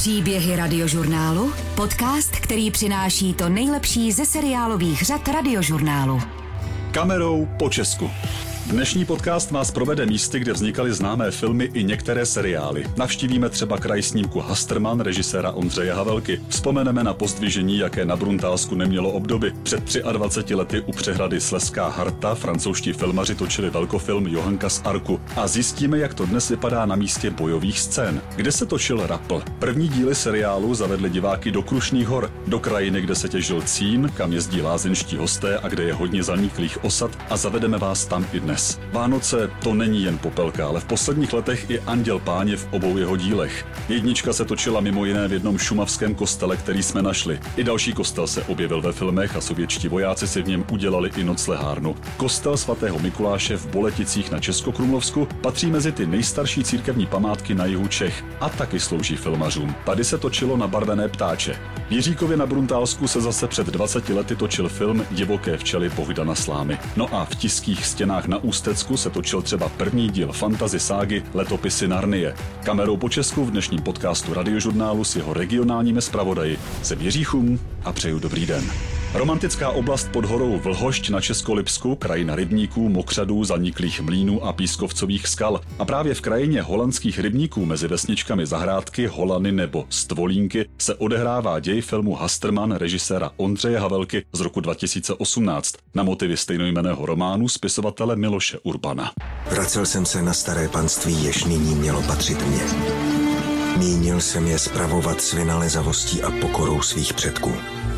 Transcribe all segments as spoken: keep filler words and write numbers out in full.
Příběhy Radiožurnálu, podcast, který přináší to nejlepší ze seriálových řad Radiožurnálu. Kamerou po Česku. Dnešní podcast vás provede místy, kde vznikaly známé filmy i některé seriály. Navštívíme třeba kraj snímku Hasterman režiséra Ondřeje Havelky. Vzpomeneme na pozdvižení, jaké na Bruntálsku nemělo obdoby. Před dvaceti třemi lety u přehrady Slezská Harta francouzští filmaři točili velkofilm Johanka z Arku. A zjistíme, jak to dnes vypadá na místě bojových scén. Kde se točil Rapl? První díly seriálu zavedly diváky do Krušných hor, do krajiny, kde se těžil cín, kam jezdí lázeňští hosté a kde je hodně zaniklých osad, a zavedeme vás tam i dnes. Vánoce to není jen Popelka, ale v posledních letech i Anděl Páně v obou jeho dílech. Jednička se točila mimo jiné v jednom šumavském kostele, který jsme našli. I další kostel se objevil ve filmech a sovětští vojáci si v něm udělali i noclehárnu. Kostel svatého Mikuláše v Boleticích na Českokrumlovsku patří mezi ty nejstarší církevní památky na jihu Čech a taky slouží filmařům. Tady se točilo na Barvené ptáče. V Jiříkově na Bruntálsku se zase před dvaceti lety točil film Divoké včely Bohdana Slámy. No a v Tiských stěnách na Ústecku se točil třeba první díl fantasy ságy Letopisy Narnie. Kamerou po Česku v dnešním podcastu Radiožurnálu s jeho regionálními zpravodaji. Jsem Jiří Chum a přeju dobrý den. Romantická oblast pod horou Vlhošť na Českolipsku, krajina rybníků, mokřadů, zaniklých mlýnů a pískovcových skal. A právě v krajině holandských rybníků mezi vesničkami Zahrádky, Holany nebo Stvolínky se odehrává děj filmu Hasterman režiséra Ondřeje Havelky z roku dva tisíce osmnáct na motivy stejnojmenného románu spisovatele Miloše Urbana. Vracel jsem se na staré panství, jež nyní mělo patřit mně. Mínil jsem je spravovat s vynalezavostí a pokorou svých předků.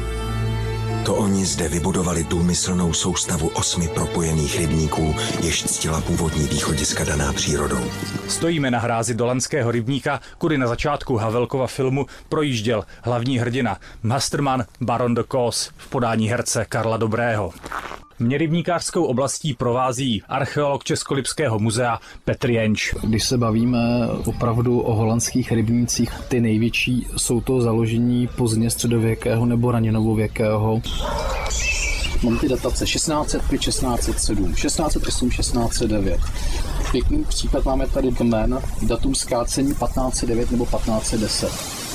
To oni zde vybudovali důmyslnou soustavu osmi propojených rybníků, jež ctila původní východiska daná přírodou. Stojíme na hrázi Dolanského rybníka, kudy na začátku Havelkova filmu projížděl hlavní hrdina Hasterman Baron de Kos v podání herce Karla Dobrého. Mě rybníkářskou oblastí provází archeolog Českolipského muzea Petr Jenč. Když se bavíme opravdu o holandských rybnících, ty největší jsou to založení pozdně středověkého nebo raněnovověkého. Mám ty datace šestnáct set pět, šestnáct set sedm, šestnáct set osm, šestnáct set devět. Pěkný příklad máme tady kmen, datum skácení patnáct set devět nebo patnáct set deset.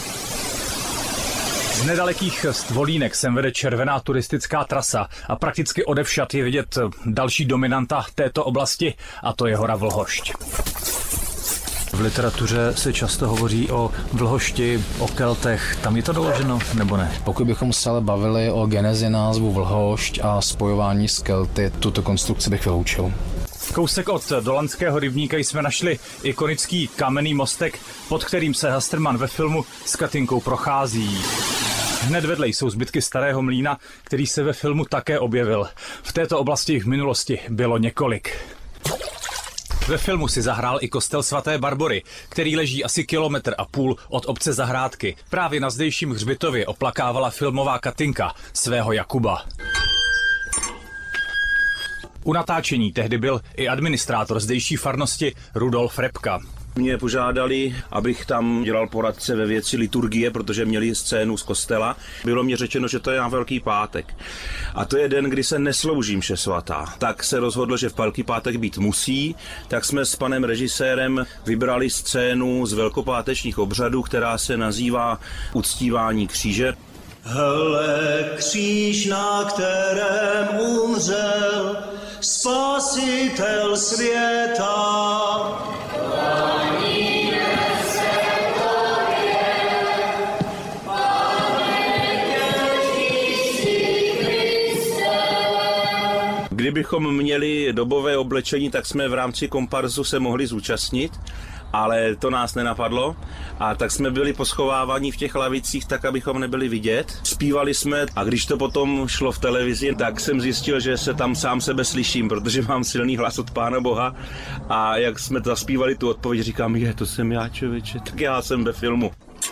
Z nedalekých Stvolínek sem vede červená turistická trasa a prakticky odevšad je vidět další dominanta této oblasti, a to je hora Vlhošť. V literatuře se často hovoří o Vlhošti, o Keltech. Tam je to doloženo, nebo ne? Pokud bychom se ale bavili o genezi názvu Vlhošť a spojování s Kelty, tuto konstrukci bych vyloučil. Kousek od Dolanského rybníka jsme našli ikonický kamenný mostek, pod kterým se Hasterman ve filmu s Katinkou prochází. Hned vedle jsou zbytky starého mlýna, který se ve filmu také objevil. V této oblasti v minulosti bylo několik. Ve filmu si zahrál i kostel svaté Barbory, který leží asi kilometr a půl od obce Zahrádky. Právě na zdejším hřbitově oplakávala filmová Katinka svého Jakuba. U natáčení tehdy byl i administrátor zdejší farnosti Rudolf Repka. Mě požádali, abych tam dělal poradce ve věci liturgie, protože měli scénu z kostela. Bylo mě řečeno, že to je na Velký pátek. A to je den, kdy se neslouží mše svatá. Tak se rozhodlo, že v Velký pátek být musí, tak jsme s panem režisérem vybrali scénu z velkopátečních obřadů, která se nazývá Uctívání kříže. Hele, kříž, na kterém umřel Spasitel světa. Klaníme se tobě, Pane Ježíši Kriste. Kdybychom měli dobové oblečení, tak jsme v rámci komparzu se mohli zúčastnit, ale to nás nenapadlo, a tak jsme byli poschováváni v těch lavicích tak, abychom nebyli vidět. Zpívali jsme, a když to potom šlo v televizi, tak jsem zjistil, že se tam sám sebe slyším, protože mám silný hlas od Pána Boha, a jak jsme zaspívali tu odpověď, říkám, je, to jsem já, člověče, tak já jsem ve filmu.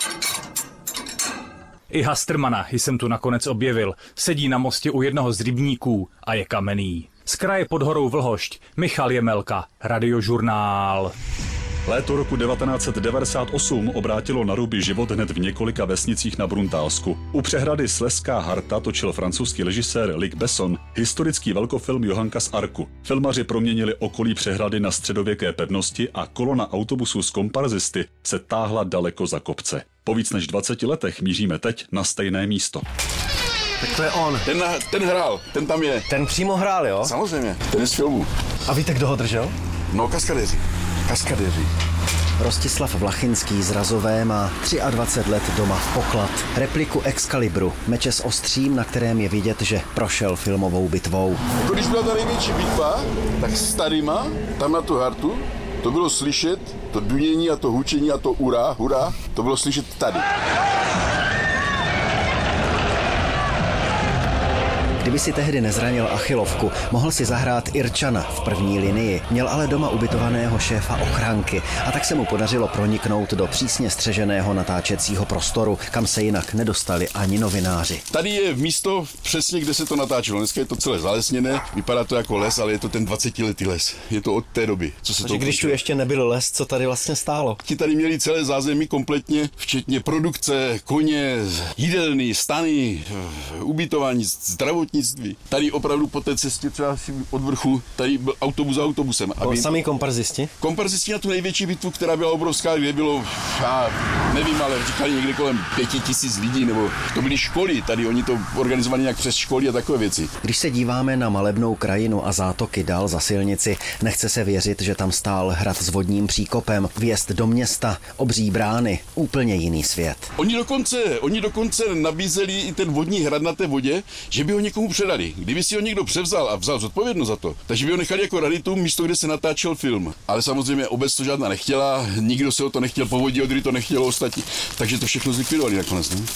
I Hastermana jsem tu nakonec objevil. Sedí na mostě u jednoho z rybníků a je kamenný. Z kraje pod horou Vlhošť Michal Jemelka, Radiožurnál. Léto roku devatenáct set devadesát osm obrátilo na ruby život hned v několika vesnicích na Bruntálsku. U přehrady Slezská Harta točil francouzský režisér Luc Besson historický velkofilm Johanka z Arku. Filmaři proměnili okolí přehrady na středověké pevnosti a kolona autobusů s komparzisty se táhla daleko za kopce. Po víc než dvaceti letech míříme teď na stejné místo. Tak to je on. Ten, ten hrál, ten tam je. Ten přímo hrál, jo? Samozřejmě, ten je z filmu. A víte, kdo ho držel? No, kaskadeři. Kaskadeři. Rostislav Vlachinský z Razové má dvacet tři let doma v poklad. Repliku Excalibru, meče s ostřím, na kterém je vidět, že prošel filmovou bitvou. Jako když byla ta největší bitva, tak s tadyma, tam na tu hartu, to bylo slyšet, to dunění a to hučení a to urá, hurá, to bylo slyšet tady. Kdyby si tehdy nezranil achilovku, mohl si zahrát Irčana v první linii. Měl ale doma ubytovaného šéfa ochranky a tak se mu podařilo proniknout do přísně střeženého natáčecího prostoru, kam se jinak nedostali ani novináři. Tady je místo přesně, kde se to natáčelo. Dneska je to celé zalesněné, vypadá to jako les, ale je to ten dvacetiletý les. Je to od té doby, co se to. Když tu ještě nebyl les, co tady vlastně stálo? Ti tady měli celé zázemí kompletně, včetně produkce, koně, jídelny, stany, ubytování, zdravotní. Tady opravdu po té cestě třeba od vrchu, tady byl autobus za autobusem. Aby... Samý komparzisti? Komparzisti na tu největší bitvu, která byla obrovská, kde bylo, já nevím, ale říkali někde kolem pěti tisíc lidí, nebo to byly školy, tady oni to organizovali nějak přes školy a takové věci. Když se díváme na malebnou krajinu a zátoky dál za silnici, nechce se věřit, že tam stál hrad s vodním příkopem, vjezd do města, obří brány, úplně jiný svět. Oni dokonce, oni dokonce nabízeli i ten vodní hrad na té vodě, že by ho někomu předali. Kdyby si ho někdo převzal a vzal zodpovědnost za to, takže by ho nechali jako raritu místo, kde se natáčel film. Ale samozřejmě obec to žádná nechtěla, nikdo se o to nechtěl, povodí Odry to nechtělo ostatní, takže to všechno zlikvidovali nakonec. Ne?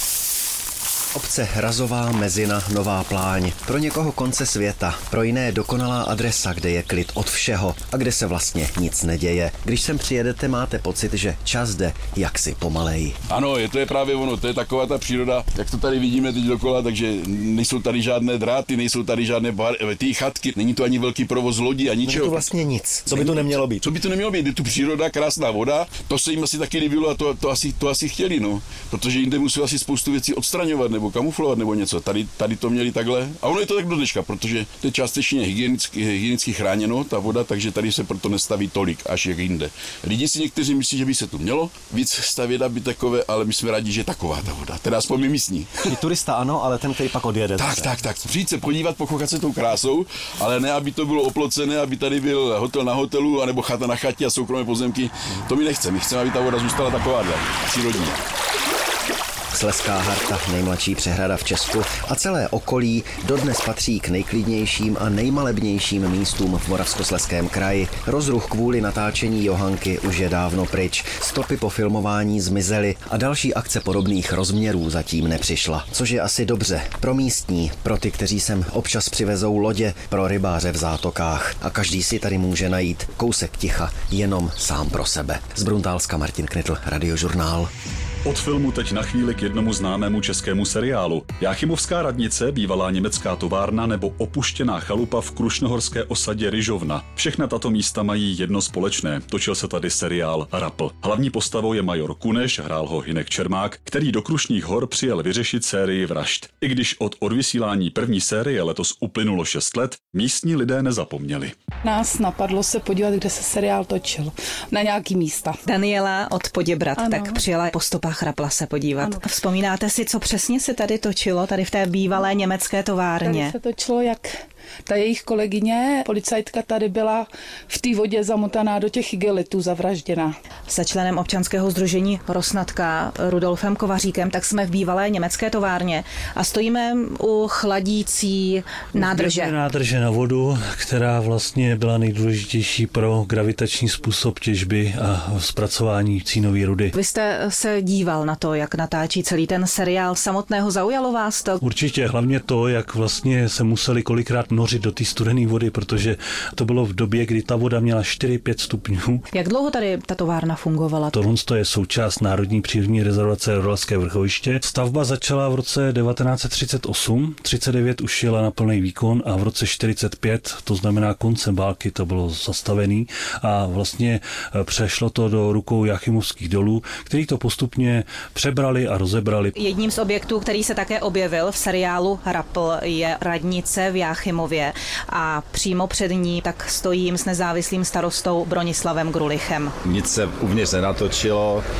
Obce Razová, Mezina, Nová Pláň. Pro někoho konce světa, pro jiné dokonalá adresa, kde je klid od všeho a kde se vlastně nic neděje. Když sem přijedete, máte pocit, že čas jde jaksi pomaleji. Ano, je to je právě ono, to je taková ta příroda, jak to tady vidíme teď dokola, takže nejsou tady žádné dráty, nejsou tady žádné bar, ty chatky, není to ani velký provoz lodí a ničeho. Není to vlastně nic. Co by tu nemělo být? Co by to nemělo být? Je tu příroda, krásná voda, to se jim asi taky líbilo a to, to, asi, to asi chtěli, no. Protože jinde musí asi spoustu věcí odstraňovat nebo kamuflovat nebo něco. Tady, tady to měli takhle. A ono je to tak do dneška, protože to je částečně hygienicky, hygienicky chráněno, ta voda, takže tady se proto nestaví tolik, až jak jinde. Lidi si někteří myslí, že by se tu mělo víc stavět, aby takové, ale my jsme rádi, že je taková ta voda. Teda aspoň my místní. I turista ano, ale ten, který pak odjede. Tak, zase. tak, tak. Přijít se podívat, pochochat se tou krásou, ale ne, aby to bylo oplocené, aby tady byl hotel na hotelu, anebo chata na chatě a soukromé pozemky. To my nechceme. My chceme, aby ta voda zůstala takováhle, přírodní. Slezská Harta, nejmladší přehrada v Česku a celé okolí dodnes patří k nejklidnějším a nejmalebnějším místům v Moravskoslezském kraji. Rozruch kvůli natáčení Johanky už je dávno pryč, stopy po filmování zmizely a další akce podobných rozměrů zatím nepřišla. Což je asi dobře pro místní, pro ty, kteří sem občas přivezou lodě, pro rybáře v zátokách. A každý si tady může najít kousek ticha jenom sám pro sebe. Z Bruntálska Martin Knitl, Radiožurnál. Od filmu teď na chvíli k jednomu známému českému seriálu. Jáchymovská radnice, bývalá německá továrna nebo opuštěná chalupa v krušnohorské osadě Ryžovna. Všechna tato místa mají jedno společné. Točil se tady seriál Rapl. Hlavní postavou je major Kuneš, hrál ho Hynek Čermák, který do Krušných hor přijel vyřešit sérii vražd. I když od odvysílání první série letos uplynulo šest let, místní lidé nezapomněli. Nás napadlo se podívat, kde se seriál točil. Na nějaký místa. Daniela od Poděbrat, ano. Tak přijela po stopách Rapla se podívat. Ano. Vzpomínáte si, co přesně se tady točilo, tady v té bývalé německé továrně? Tady se točilo, jak ta jejich kolegyně, policajtka, tady byla v té vodě zamotaná do těch igelitů, zavražděná. Se členem občanského sdružení Rosnatka Rudolfem Kovaříkem, tak jsme v bývalé německé továrně a stojíme u chladící nádrže. Nádrže na vodu, která vlastně byla nejdůležitější pro gravitační způsob těžby a zpracování cínové rudy. Vy jste se díval na to, jak natáčí celý ten seriál samotného, zaujalo vás to? Určitě, hlavně to, jak vlastně se museli kolikrát nořit do té studené vody, protože to bylo v době, kdy ta voda měla čtyři pět stupňů. Jak dlouho tady ta továrna fungovala? Tohle je součást Národní přírodní rezervace Rodalské vrchoviště. Stavba začala v roce devatenáct set třicet osm, třicet devět už jela na plný výkon a v roce čtyřicet pět, to znamená koncem války, to bylo zastavený a vlastně přešlo to do rukou Jáchymovských dolů, který to postupně přebrali a rozebrali. Jedním z objektů, který se také objevil v seriálu Rapl, je radnice v Jáchymově a přímo před ní tak stojím s nezávislým starostou Bronislavem Grulichem. Nic se uvnitř nenatočilo,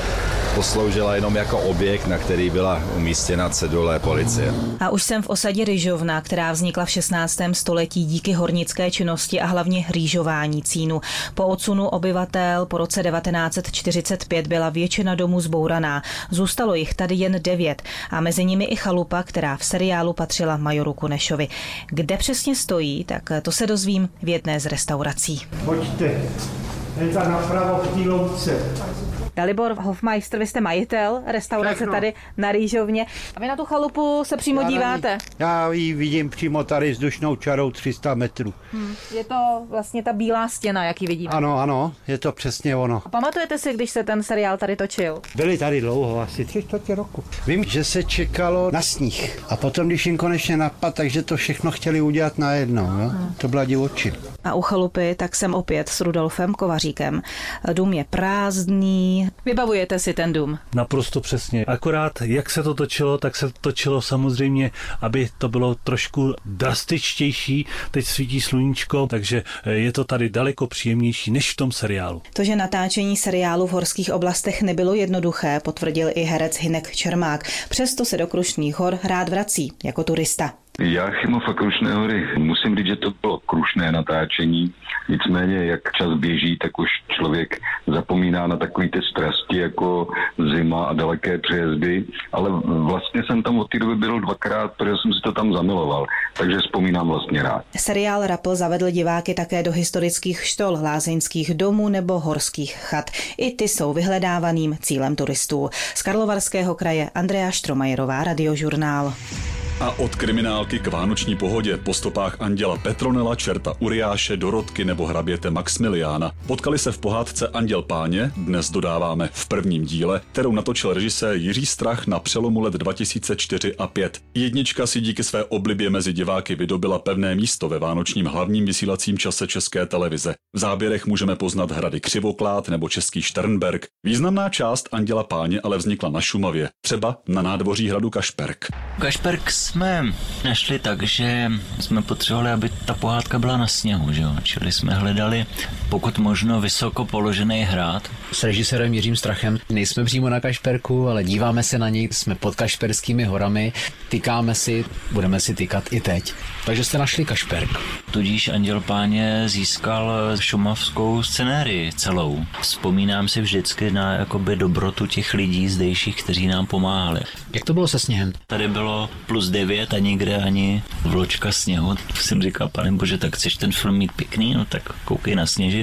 posloužila jenom jako objekt, na který byla umístěna cedule policie. A už jsem v osadě Ryžovna, která vznikla v šestnáctém století díky hornické činnosti a hlavně rýžování cínu. Po odsunu obyvatel po roce devatenáct set čtyřicet pět byla většina domů zbouraná. Zůstalo jich tady jen devět a mezi nimi i chalupa, která v seriálu patřila majoru Kunešovi. Kde přesně stojí, tak to se dozvím v jedné z restaurací. Pojďte, je tam napravo v té louce. Dalibor Hofmeister, vy jste majitel restaurace Všechno. tady na Rýžovně. A vy na tu chalupu se přímo Já díváte? Já ji vidím přímo tady vzdušnou čarou tři sta metrů. Hmm. Je to vlastně ta bílá stěna, jak ji vidíme. Ano, ano, je to přesně ono. A pamatujete si, když se ten seriál tady točil? Byli tady dlouho, asi tři čtvrtě roku. Vím, že se čekalo na sníh. A potom, když jim konečně napad, takže to všechno chtěli udělat najednou. Jo? Hmm. To byla divočina. A u chalupy tak jsem opět s Rudolfem Kovaříkem. Dům je prázdný. Vybavujete si ten dům? Naprosto přesně. Akorát, jak se to točilo, tak se to točilo samozřejmě, aby to bylo trošku drastičtější. Teď svítí sluníčko, takže je to tady daleko příjemnější než v tom seriálu. To, že natáčení seriálu v horských oblastech nebylo jednoduché, potvrdil i herec Hynek Čermák. Přesto se do Krušných hor rád vrací jako turista. Jáchymov a Krušné hory, musím říct, že to bylo krušné natáčení, nicméně jak čas běží, tak už člověk zapomíná na takové ty strasti jako zima a daleké přejezdy, ale vlastně jsem tam od té doby byl dvakrát, protože jsem si to tam zamiloval, takže vzpomínám vlastně rád. Seriál Rapl zavedl diváky také do historických štol, lázeňských domů nebo horských chat. I ty jsou vyhledávaným cílem turistů. Z Karlovarského kraje Andrea Štromajerová, Radiožurnál. A od kriminálky k vánoční pohodě po stopách anděla Petronela, čerta Uriáše, Dorotky nebo hraběte Maxmiliána. Potkali se v pohádce Anděl Páně, dnes dodáváme v prvním díle, kterou natočil režisér Jiří Strach na přelomu let dva tisíce čtyři a pět. Jednička si díky své oblibě mezi diváky vydobila pevné místo ve vánočním hlavním vysílacím čase České televize. V záběrech můžeme poznat hrady Křivoklád nebo český Šternberg. Významná část Anděla Páně ale vznikla na Šumavě, třeba na nádvoří hradu Kašperk. Kašperk jsme našli tak, že jsme potřebovali, aby ta pohádka byla na sněhu, že jo? Čili jsme hledali pokud možno vysoko položený hrad. S režisérem Jiřím Strachem nejsme přímo na Kašperku, ale díváme se na něj, jsme pod Kašperskými horami, tykáme si, budeme si tykat i teď. Takže jste našli Kašperk. Tudíž Anděl Páně získal šumavskou scenérii celou. Vzpomínám si vždycky na jakoby dobrotu těch lidí zdejších, kteří nám pomáhali. Jak to bylo se sněhem? Tady bylo plus devět a nikde ani vločka sněhu. Jsem říkal, pane bože, tak chceš ten film mít pěkný, no tak koukej nasněžit.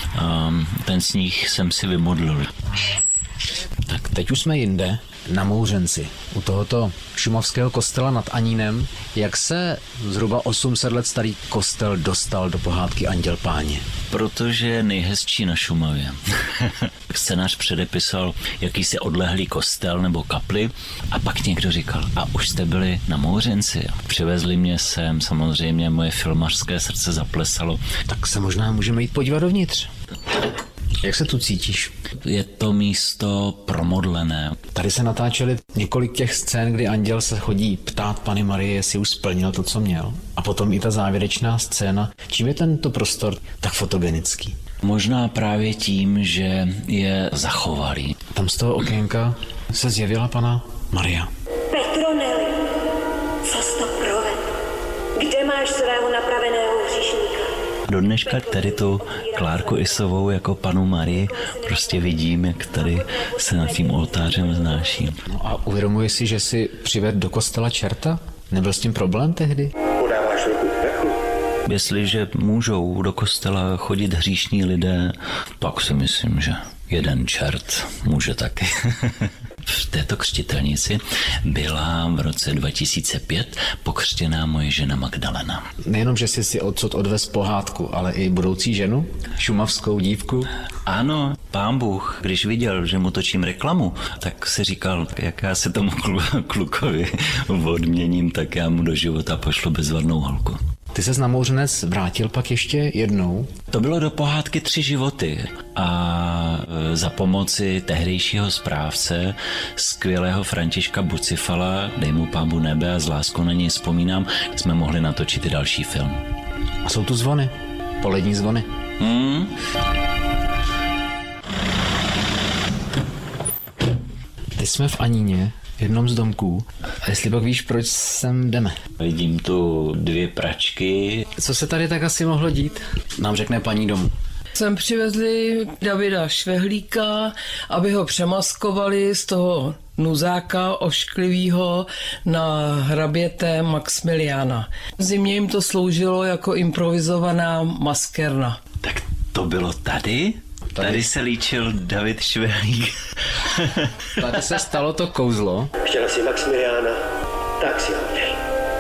A ten sníh jsem si vymodlil. Tak teď už jsme jinde, na Mouřenci, u tohoto šumavského kostela nad Anínem. Jak se zhruba osm set let starý kostel dostal do pohádky Anděl Páně? Protože je nejhezčí na Šumavě. Scénář předepisal jakýsi odlehlý kostel nebo kapli a pak někdo říkal, a už jste byli na Mouřenci. Přivezli mě sem, samozřejmě moje filmařské srdce zaplesalo. Tak se možná můžeme jít podívat dovnitř. Jak se tu cítíš? Je to místo promodlené. Tady se natáčeli několik těch scén, kdy anděl se chodí ptát Panny Marie, jestli už splnil to, co měl. A potom i ta závěrečná scéna. Čím je tento prostor tak fotogenický? Možná právě tím, že je zachovalý. Tam z toho okénka se zjevila Panna Maria. Petroneli, co jsi to proved? Kde máš svého napraveného hříšníka? Do dneška tady tu Klárku Isovou jako Panu Marii prostě vidím, jak tady se nad tím oltářem znáší. No a uvědomuješ si, že si přived do kostela čerta? Nebyl s tím problém tehdy? Podáváš ruku k pechu? Jestliže můžou do kostela chodit hříšní lidé, pak si myslím, že jeden čert může taky. V této křtitelnici byla v roce dva tisíce pět pokřtěná moje žena Magdalena. Nejenom, že jsi si odsud odvez pohádku, ale i budoucí ženu, šumavskou dívku. Ano, pán Bůh, když viděl, že mu točím reklamu, tak si říkal, jak já se tomu klukovi odměním, tak já mu do života pošlu bezvadnou holku. Ty ses na Mouřenec vrátil pak ještě jednou? To bylo do pohádky Tři životy a za pomoci tehdejšího správce, skvělého Františka Bucifala, dej mu pámbu nebe a s láskou na něj vzpomínám, jsme mohli natočit i další film. A jsou tu zvony? Polední zvony? Hmm. jsme v Aníně, v jednom z domků. A jestli pak víš, proč sem jdeme? Vidím tu dvě pračky. Co se tady tak asi mohlo dít? Nám řekne paní domů. Sem přivezli Davida Švehlíka, aby ho přemaskovali z toho nuzáka ošklivýho na hraběte Maxmiliána. V zimě jim to sloužilo jako improvizovaná maskerna. Tak to bylo tady? Tady, tady se líčil David Švehlík. Tady se stalo to kouzlo. Chtěla si Maxmiliána, tak si ho dej.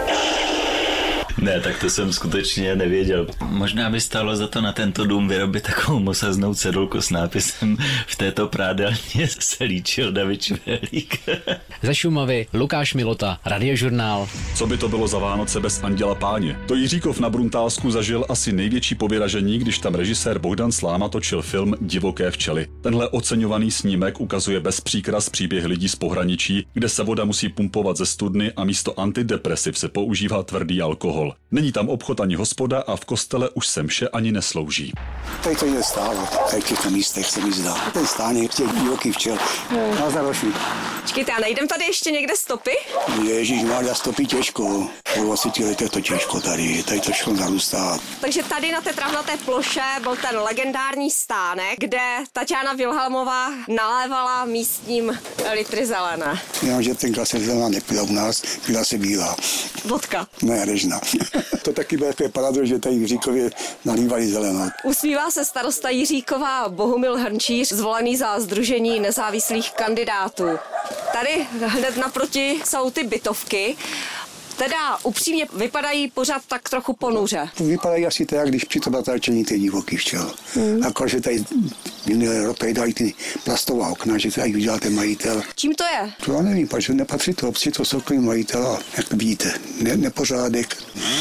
Ne, tak to jsem skutečně nevěděl. Možná by stálo za to na tento dům vyrobit takovou mosaznou cedulku s nápisem v této prádelně se líčil David Švehlík. Ze Šumavy Lukáš Milota, Radiožurnál. Co by to bylo za Vánoce bez Anděla Páně? To Jiříkov na Bruntálsku zažil asi největší povyražení, když tam režisér Bohdan Sláma točil film Divoké včely. Tenhle oceňovaný snímek ukazuje bez příkras příběh lidí z pohraničí, kde se voda musí pumpovat ze studny a místo antidepresiv se používá tvrdý alkohol. Není tam obchod ani hospoda a v kostele už se mše ani neslouží. Tady to jde stálo, tady v těchto místech se mi zdá. Ten stánek těch divokých včel. Nazdar, Roši. Počkejte, a najdem tady ještě někde stopy? Ježišmarja, stopy těžko. Po dvaceti letech to těžko tady, tady to všechno zarůstá. Takže tady na té travnaté ploše byl ten legendární stánek, kde Tatiana Wilhelmová nalévala místním litry zelené. Jenomže tenkrát se zelená nepila u nás, pila se bílá. Vodka. Ne, režna. To taky bylo takové parador, že tady v Jiříkově nalívali zelenou. Usmívá se starosta Jiříkova Bohumil Hrnčíř, zvolený za Sdružení nezávislých kandidátů. Tady hned naproti jsou ty bytovky. Teda upřímně vypadají pořád tak trochu ponuře. Vypadají asi tak, když při to natáčení těch divokých včel. Hmm. Akorát, že tady ropej dají ty plastová okna, že tady viděl ten majitel. Čím to je? To já nevím, protože nepatří to obci, to soukromý majitel, jak to vidíte, ne, nepořádek.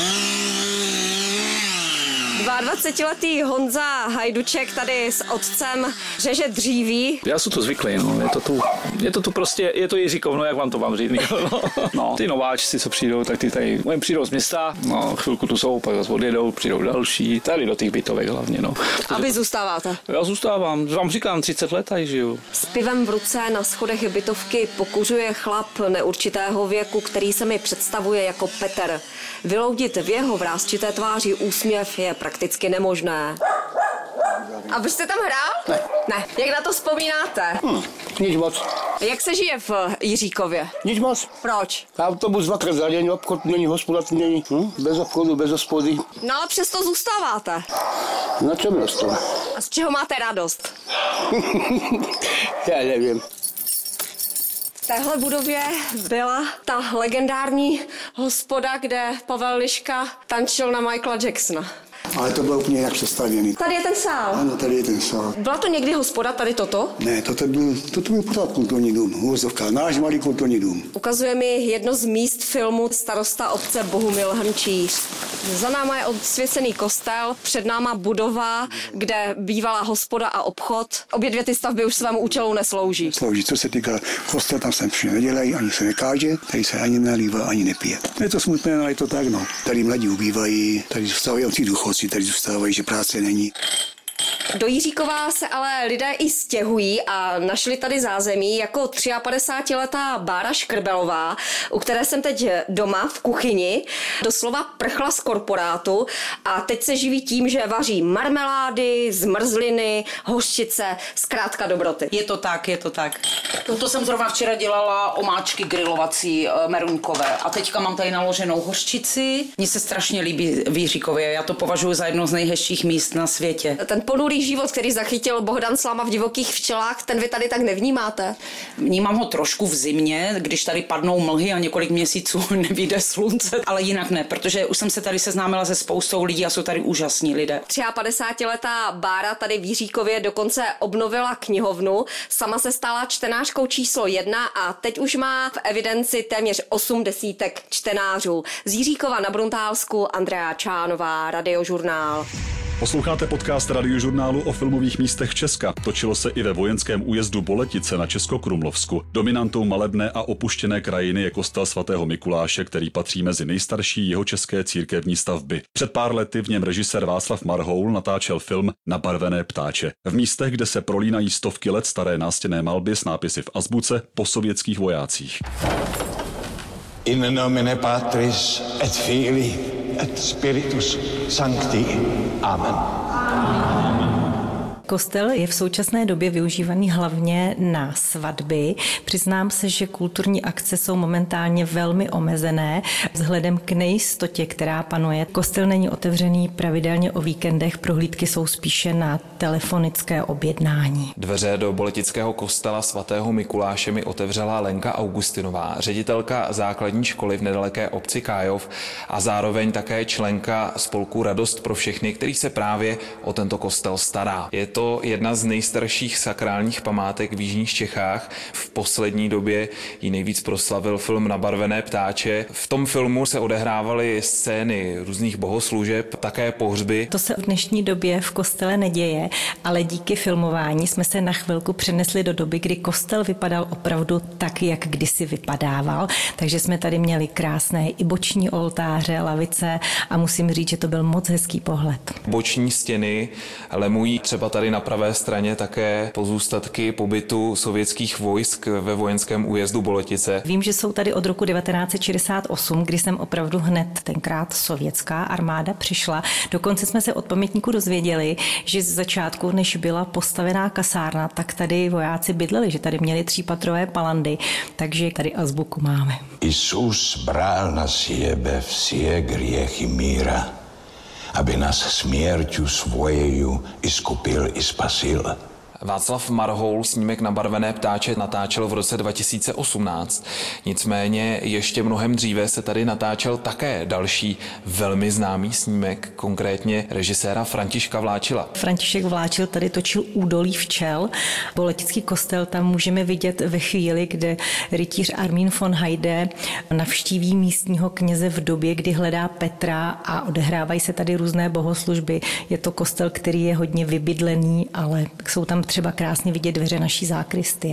dvacetiletý Honza Hajduček tady s otcem řeže dříví. Já jsem to zvyklý, no. Je to tu, je to tu prostě, je to Jiříkov, no jak vám to mám říct. No, no. Ty nováčci, co přijdou, tak ty tady oni přijdou z města, no chvilku tu jsou, pak zase odjedou, přijdou další, tady do těch bytovek hlavně, no. A vy zůstáváte? Já zůstávám, vám říkám, třicet let tady žiju. S pivem v ruce na schodech bytovky pokuřuje chlap neurčitého věku, který se mi představuje jako Petr. Vyloudit v jeho vrásčité tváři úsměv je prakticky nemožné. A vy jste tam hrál? Ne. Ne. Jak na to vzpomínáte? Hm, nic moc. Jak se žije v Jiříkově? Nic moc. Proč? Autobus dvakrát za den, obchod není, hospoda není. Hm? Bez obchodu, bez hospody. No ale přesto zůstáváte. Na čem dostal? A z čeho máte radost? Já nevím. V téhle budově byla ta legendární hospoda, kde Pavel Liška tančil na Michaela Jacksona. Ale to bylo úplně jinak přestavěný. Tady je ten sál. Ano, tady je ten sál. Byla to někdy hospoda, tady toto? Ne, toto byl, toto byl pořád kulturní dům, Hůzovka, náš malý kulturní dům. Ukazuje mi jedno z míst filmu starosta obce Bohumil Hrnčíř. Za náma je odsvěcený kostel, před náma budova, kde bývala hospoda a obchod. Obě dvě ty stavby už svému účelu neslouží. Slouží, co se týká kostel, tam se vše nedělají, ani se nekáže, tady se ani nelívá, ani nepije. Je to smutné, ale je to tak, no. Tady mladí ubývají, tady zůstávají od těch důchodci, tady zůstávají, že práce není. Do Jiříkova se ale lidé i stěhují a našli tady zázemí jako padesátitříletá Bára Škrbelová, u které jsem teď doma v kuchyni, doslova prchla z korporátu a teď se živí tím, že vaří marmelády, zmrzliny, hořčice, zkrátka dobroty. Je to tak, je to tak. To jsem zrovna včera dělala omáčky grilovací meruňkové a teďka mám tady naloženou hořčici. Mně se strašně líbí v Jiříkově, já to považuji za jedno z nejhezčích míst na světě. Ten ponurý život, který zachytil Bohdan Sláma v Divokých včelách, ten vy tady tak nevnímáte? Vnímám ho trošku v zimě, když tady padnou mlhy a několik měsíců nevyjde slunce, ale jinak ne, protože už jsem se tady seznámila se spoustou lidí a jsou tady úžasní lidé. padesátitříletá Bára tady v Jiříkově dokonce obnovila knihovnu, sama se stala čtenářkou číslo jedna a teď už má v evidenci téměř osm desítek čtenářů. Z Jiříkova na Bruntálsku Andrea Čánová, Radiožurnál. Posloucháte podcast Radiožurnálu o filmových místech Česka. Točilo se i ve vojenském újezdu Boletice na Českokrumlovsku. Dominantou malebné a opuštěné krajiny je kostel svatého Mikuláše, který patří mezi nejstarší jihočeské církevní stavby. Před pár lety v něm režisér Václav Marhoul natáčel film Nabarvené ptáče. V místech, kde se prolínají stovky let staré nástěnné malby s nápisy v azbuce po sovětských vojácích. In nomine Patris et Filii et Spiritus Sancti. Amen. Kostel je v současné době využívaný hlavně na svatby. Přiznám se, že kulturní akce jsou momentálně velmi omezené vzhledem k nejistotě, která panuje. Kostel není otevřený pravidelně o víkendech, prohlídky jsou spíše na telefonické objednání. Dveře do boletického kostela svatého Mikuláše mi otevřela Lenka Augustinová, ředitelka základní školy v nedaleké obci Kájov a zároveň také členka spolku Radost pro všechny, který se právě o tento kostel stará. Je to to jedna z nejstarších sakrálních památek v jižních Čechách. V poslední době ji nejvíc proslavil film Nabarvené ptáče. V tom filmu se odehrávaly scény různých bohoslužeb, také pohřby. To se v dnešní době v kostele neděje, ale díky filmování jsme se na chvilku přenesli do doby, kdy kostel vypadal opravdu tak, jak kdysi vypadával. Takže jsme tady měli krásné i boční oltáře, lavice a musím říct, že to byl moc hezký pohled. Boční stěny lemují třeba tady na pravé straně také pozůstatky pobytu sovětských vojsk ve vojenském újezdu Boletice. Vím, že jsou tady od roku devatenáct set šedesát osm, kdy jsem opravdu hned tenkrát sovětská armáda přišla. Dokonce jsme se od pamětníku dozvěděli, že z začátku, než byla postavená kasárna, tak tady vojáci bydleli, že tady měli třípatrové palandy, takže tady azbuku máme. Isus bral na siebie vsie griechy míra, aby nás smierťu svojeju iskupil i spasil. Václav Marhoul snímek Nabarvené ptáče natáčel v roce dva tisíce osmnáct. Nicméně ještě mnohem dříve se tady natáčel také další velmi známý snímek, konkrétně režiséra Františka Vláčila. František Vláčil tady točil Údolí včel. Boletický kostel tam můžeme vidět ve chvíli, kde rytíř Armín von Heide navštíví místního kněze v době, kdy hledá Petra a odehrávají se tady různé bohoslužby. Je to kostel, který je hodně vybydlený, ale jsou tam třeba krásně vidět dveře naší zákristie.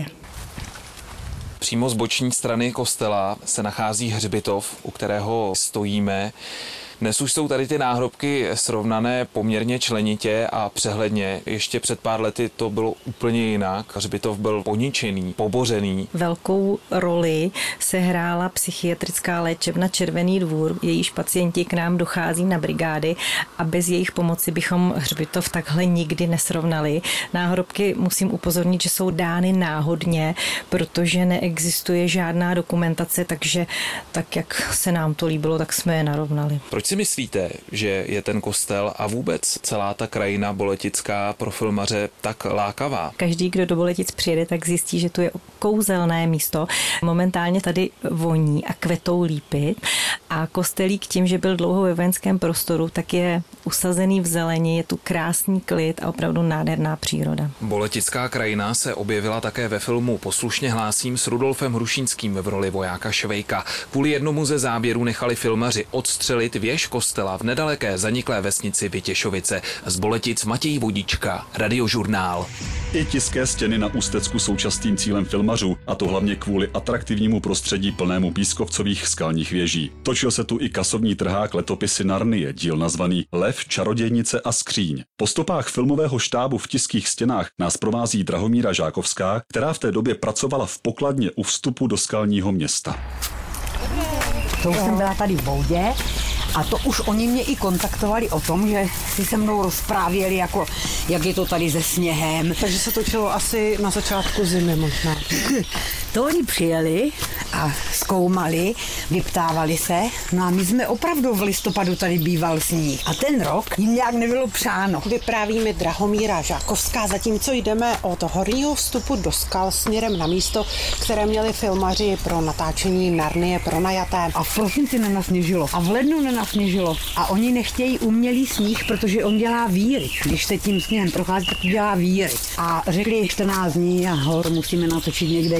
Přímo z boční strany kostela se nachází hřbitov, u kterého stojíme. Dnes už jsou tady ty náhrobky srovnané poměrně členitě a přehledně. Ještě před pár lety to bylo úplně jinak. Hřbitov byl poničený, pobořený. Velkou roli sehrála psychiatrická léčebna Červený dvůr. Jejíž pacienti k nám dochází na brigády a bez jejich pomoci bychom hřbitov takhle nikdy nesrovnali. Náhrobky musím upozornit, že jsou dány náhodně, protože neexistuje žádná dokumentace, takže tak, jak se nám to líbilo, tak jsme je narovnali. Proč si myslíte, že je ten kostel a vůbec celá ta krajina boletická pro filmaře tak lákavá? Každý, kdo do Boletic přijede, tak zjistí, že tu je kouzelné místo. Momentálně tady voní a kvetou lípy a kostelík tím, že byl dlouho ve vojenském prostoru, tak je usazený v zeleni, je tu krásný klid a opravdu nádherná příroda. Boletická krajina se objevila také ve filmu Poslušně hlásím s Rudolfem Hrušínským v roli vojáka Švejka. Kvůli jednomu ze záběrů nechali filmaři odstřelit věž kostela v nedaleké zaniklé vesnici Vytěšovice. Z Boletic Matěj Vodička, Radiožurnál. I tiské stěny na Ústecku jsou častým cílem filmařů, a to hlavně kvůli atraktivnímu prostředí plnému pískovcových skalních věží. Točil se tu i kasovní trhák Letopisy Narnie, díl nazvaný Lev, čarodějnice a skříň. Po stopách filmového štábu v tiských stěnách nás provází Drahomíra Žákovská, která v té době pracovala v pokladně u vstupu do skalního města. To už jsem byla tady v Boudě a to už oni mě i kontaktovali o tom, že si se mnou rozprávěli, jako, jak je to tady se sněhem. Takže se točilo asi na začátku zimy možná. To oni přijeli a zkoumali, vyptávali se, no a my jsme opravdu v listopadu tady býval sníh. A ten rok jim nějak nebylo přáno. Vypráví mi Drahomíra Žákovská, zatímco jdeme od horního vstupu do skal směrem na místo, které měli filmaři pro natáčení Narnie pronajaté. A v prosinci nenasněžilo a v lednu nenasněžilo a oni nechtějí umělý sníh, protože on dělá víry. Když se tím sněhem prochází, tak dělá víry. A řekli čtrnáct dní a hor musíme natočit někde jinde. Už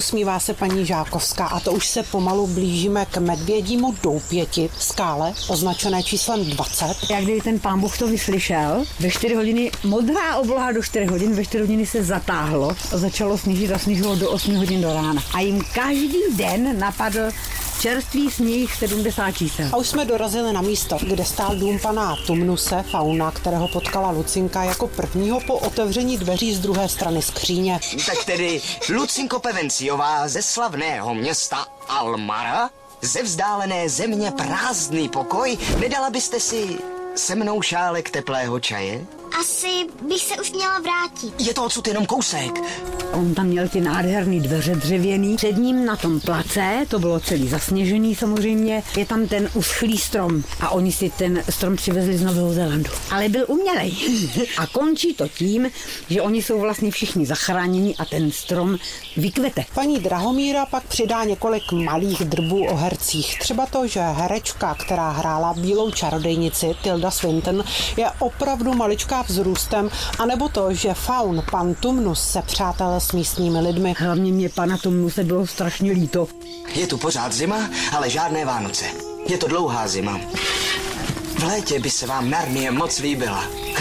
Usmívá se paní Žákovská a to už se pomalu blížíme k Medvědímu doupěti, skále, označené číslem dvacet. Jak kdyby ten pán Bůh to vyslyšel, ve čtyři hodiny, modrá obloha do čtyři hodin, ve čtyři hodiny se zatáhlo a začalo snížit a snížilo do osmi hodin do rána. A jim každý den napadl čerstvý sníh sedmdesát čísel. A už jsme dorazili na místo, kde stál dům pana Tumnuse Fauna, kterého potkala Lucinka jako prvního po otevření dveří z druhé strany skříně. Tak tedy Lucinko Pevenciová ze slavného města Almara, ze vzdálené země prázdný pokoj, nedala byste si se mnou šálek teplého čaje? Asi bych se už měla vrátit. Je to odsud jenom kousek. On tam měl ty nádherný dveře dřevěný. Před ním na tom place, to bylo celý zasněžený samozřejmě, je tam ten uschlý strom. A oni si ten strom přivezli z Nového Zélandu. Ale byl umělej. A končí to tím, že oni jsou vlastně všichni zachráněni a ten strom vykvete. Paní Drahomíra pak přidá několik malých drbů o hercích. Třeba to, že herečka, která hrála bílou čarodejnici, Tilda Swinton, je opravdu maličká vzrůstem, anebo to, že Faun, pan Tumnus, se přátel s místními lidmi. Hlavně mě pana Tumnuse bylo strašně líto. Je tu pořád zima, ale žádné Vánoce. Je to dlouhá zima. V létě by se vám Narnie moc líbila.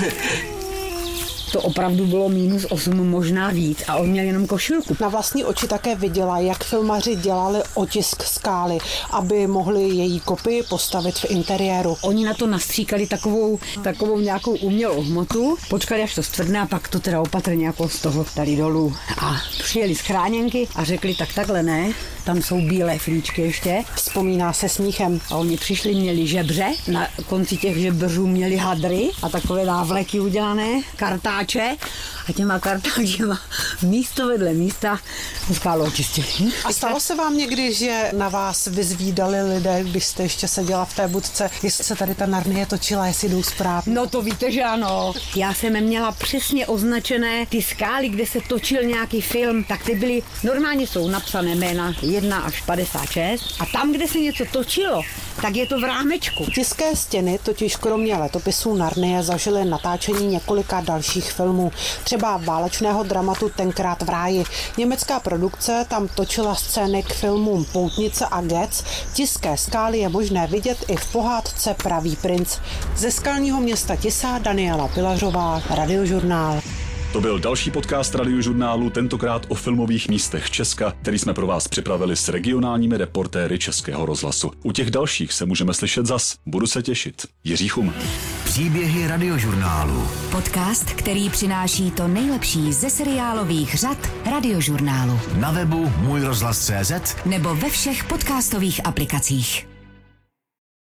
To opravdu bylo minus osm, možná víc a on měl jenom košilku. Na vlastní oči také viděla, jak filmaři dělali otisk skály, aby mohli její kopii postavit v interiéru. Oni na to nastříkali takovou, takovou nějakou umělou hmotu, počkali, až to stvrdne a pak to teda opatrně jako z toho dali dolů. A přijeli z chráněnky a řekli, tak takhle ne, tam jsou bílé flíčky ještě. Vzpomíná se smíchem. A oni přišli, měli žebře, na konci těch žebřů měli hadry a takové návleky udělané, kartáče a těma kartáčema místo vedle místa skálu očistili. A stalo se vám někdy, že na vás vyzvídali lidé, když jste ještě seděla v té budce, jestli se tady ta Narnie točila, jestli jdou správně? No to víte, že ano. Já jsem měla přesně označené ty skály, kde se točil nějaký film, tak ty byly, normálně jsou napsané jména jedna až padesát šest a tam, kde se něco točilo, tak je to v rámečku. Tiské stěny totiž kromě letopisů Narnie zažily natáčení několika dalších filmů. Třeba válečného dramatu Tenkrát v ráji. Německá produkce tam točila scény k filmům Poutnice a Getz. Tiské skály je možné vidět i v pohádce Pravý princ. Ze skalního města Tisá Daniela Pilařová, Radiožurnál. To byl další podcast Radiožurnálu, tentokrát o filmových místech Česka, který jsme pro vás připravili s regionálními reportéry Českého rozhlasu. U těch dalších se můžeme slyšet zas. Budu se těšit. Jiří Chum. Příběhy Radiožurnálu. Podcast, který přináší to nejlepší ze seriálových řad Radiožurnálu. Na webu můj rozhlas tečka cé zet nebo ve všech podcastových aplikacích.